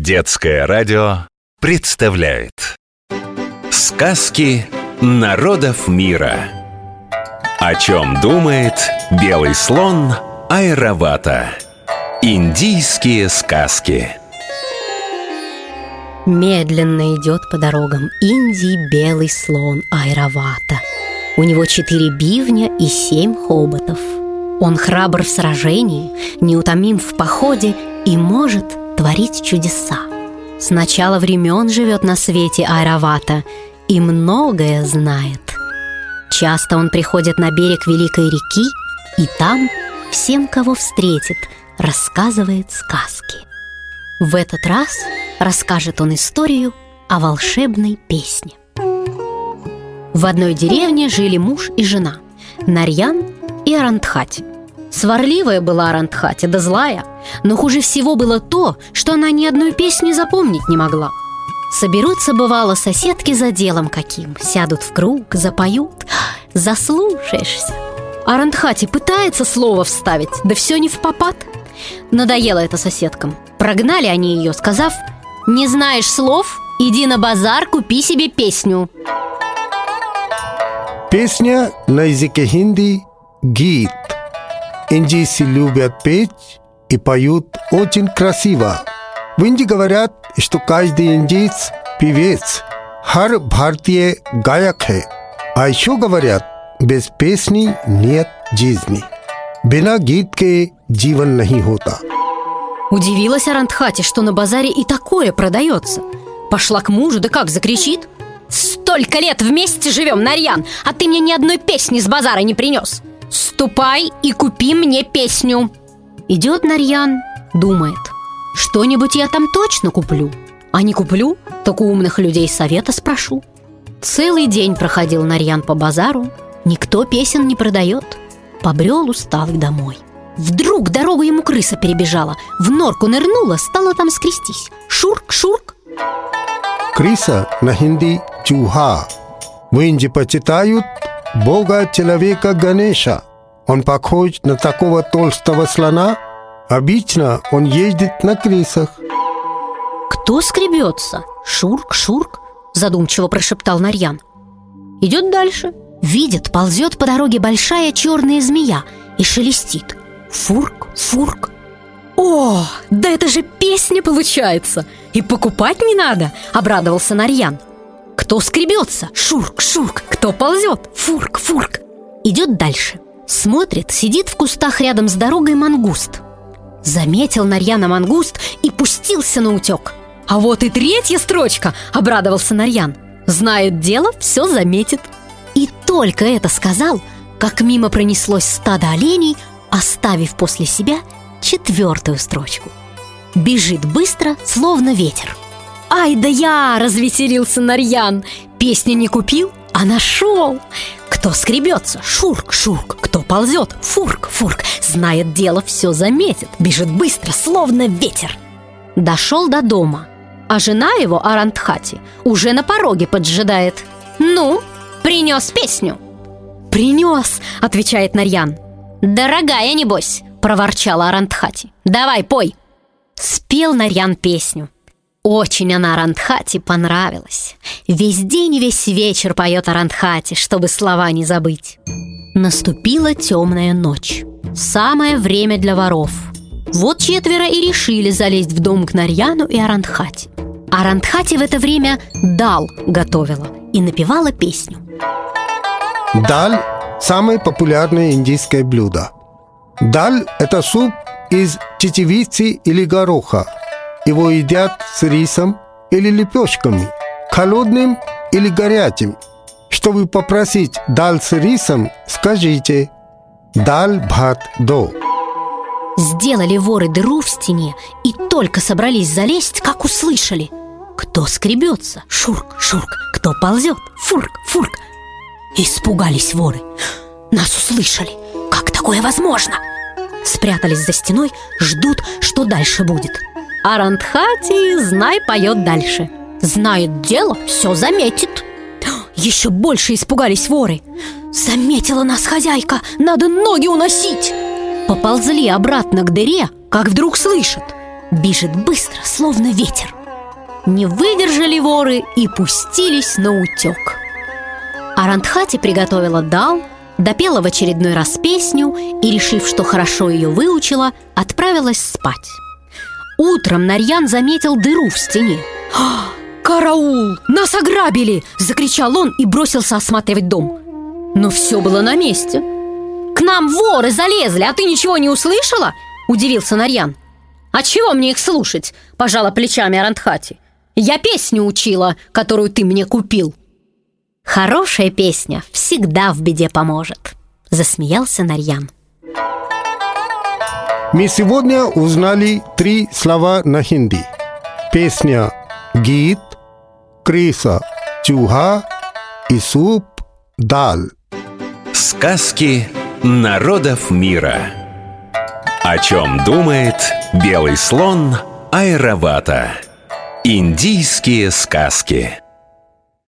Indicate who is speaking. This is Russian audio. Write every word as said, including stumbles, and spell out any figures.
Speaker 1: Детское радио представляет сказки народов мира. О чем думает белый слон Айравата? Индийские сказки.
Speaker 2: Медленно идет по дорогам Индии белый слон Айравата. У него четыре бивня и семь хоботов. Он храбр в сражении, неутомим в походе и может творить чудеса. С начала времен живет на свете Айравата и многое знает. Часто он приходит на берег великой реки и там всем, кого встретит, рассказывает сказки. В этот раз расскажет он историю о волшебной песне. В одной деревне жили муж и жена, Нарьян и Арандхати. Сварливая была Арандхати, да злая, но хуже всего было то, что она ни одной песни запомнить не могла. Соберутся, бывало, соседки за делом каким, сядут в круг, запоют, заслушаешься. Арандхати пытается слово вставить, да все не впопад. Надоело это соседкам. Прогнали они ее, сказав: «Не знаешь слов? Иди на базар, купи себе песню».
Speaker 3: Песня на языке хинди – гид. Индийцы любят петь и поют очень красиво. В Индии говорят, что каждый индиец – певец, हर भारतीय गायक है. А еще говорят, без песни нет жизни. बिना गीत के जीवन नहीं होता.
Speaker 2: Удивилась Арандхати, что на базаре и такое продается. Пошла к мужу, да как закричит: «Столько лет вместе живем, Нарьян, а ты мне ни одной песни с базара не принес. Ступай и купи мне песню». Идет Нарьян, думает: что-нибудь я там точно куплю. А не куплю, так у умных людей совета спрошу. Целый день проходил Нарьян по базару, никто песен не продает. Побрел усталый домой. Вдруг дорогу ему крыса перебежала, в норку нырнула, стала там скрестись. Шурк-шурк.
Speaker 3: Крыса на хинди – чуха. В Индии почитают бога человека Ганеша. Он похож на такого толстого слона. Обычно он ездит на крысах.
Speaker 2: «Кто скребется? Шурк-шурк», задумчиво прошептал Нарьян. Идет дальше. Видит, ползет по дороге большая черная змея и шелестит. Фурк, фурк. «О, да это же песня получается! И покупать не надо!» — обрадовался Нарьян. «Кто скребется? Шурк, шурк! Кто ползет? Фурк, фурк!» Идет дальше. Смотрит, сидит в кустах рядом с дорогой мангуст. Заметил Нарьяна мангуст и пустился на утек. «А вот и третья строчка!» — обрадовался Нарьян. «Знает дело, все заметит». И только это сказал, как мимо пронеслось стадо оленей, оставив после себя четвертую строчку. Бежит быстро, словно ветер. «Ай да я!» — развеселился Нарьян. Песни не купил, а нашел. Кто скребется? Шурк-шурк. Кто ползет? Фурк-фурк. Знает дело, все заметит. Бежит быстро, словно ветер. Дошел до дома, а жена его, Арандхати, уже на пороге поджидает. «Ну, принес песню?» «Принес», — отвечает Нарьян. «Дорогая, небось», — проворчала Арандхати. «Давай, пой». Спел Нарьян песню. Очень она Арандхати понравилась. Весь день и весь вечер поет Арандхати, чтобы слова не забыть. Наступила темная ночь. Самое время для воров. Вот четверо и решили залезть в дом к Нарьяну и Арандхати. Арандхати в это время дал готовила и напевала песню.
Speaker 3: Даль – самое популярное индийское блюдо. Даль – это суп из чечевицы или гороха. Его едят с рисом или лепешками, холодным или горячим. Чтобы попросить даль с рисом, скажите «даль бхат до».
Speaker 2: Сделали воры дыру в стене и только собрались залезть, как услышали: кто скребется? Шурк, шурк. Кто ползет? Фурк, фурк. Испугались воры. Нас услышали. Как такое возможно? Спрятались за стеной, ждут, что дальше будет. Арандхати, знай, поет дальше. Знает дело, все заметит. Еще больше испугались воры. Заметила нас хозяйка, надо ноги уносить. Поползли обратно к дыре, как вдруг слышат: бежит быстро, словно ветер. Не выдержали воры и пустились на утек. Арандхати приготовила дал, допела в очередной раз песню и, решив, что хорошо ее выучила, отправилась спать. Утром Нарьян заметил дыру в стене. «Караул! Нас ограбили!» – закричал он и бросился осматривать дом. Но все было на месте. «К нам воры залезли, а ты ничего не услышала?» – удивился Нарьян. «А чего мне их слушать?» – пожала плечами Арандхати. «Я песню учила, которую ты мне купил». «Хорошая песня всегда в беде поможет», – засмеялся Нарьян.
Speaker 3: Мы сегодня узнали три слова на хинди. Песня «гит», «крыса», «чуха» и суп «дал».
Speaker 1: Сказки народов мира. О чем думает белый слон Айравата. Индийские сказки.